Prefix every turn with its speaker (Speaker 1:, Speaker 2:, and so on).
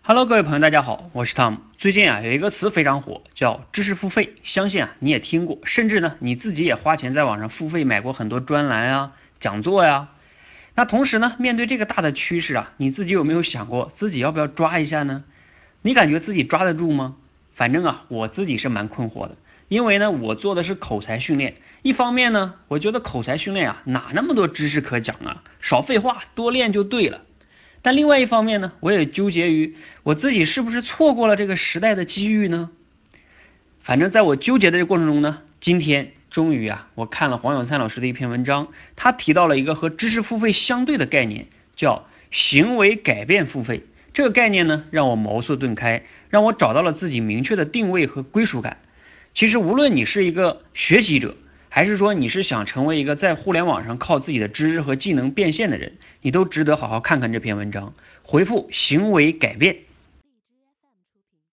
Speaker 1: Hello，各位朋友，大家好，我是 Tom。最近有一个词非常火，叫知识付费，相信你也听过，甚至呢你自己也花钱在网上付费买过很多专栏讲座呀。那同时呢，面对这个大的趋势你自己有没有想过自己要不要抓一下呢？你感觉自己抓得住吗？反正我自己是蛮困惑的，因为呢我做的是口才训练，一方面呢我觉得口才训练哪那么多知识可讲少废话，多练就对了。但另外一方面呢，我也纠结于我自己是不是错过了这个时代的机遇呢？反正在我纠结的这个过程中呢，今天终于我看了黄有灿老师的一篇文章，他提到了一个和知识付费相对的概念，叫行为改变付费。这个概念呢，让我茅塞顿开，让我找到了自己明确的定位和归属感。其实无论你是一个学习者，还是说你是想成为一个在互联网上靠自己的知识和技能变现的人，你都值得好好看看这篇文章。回复行为改变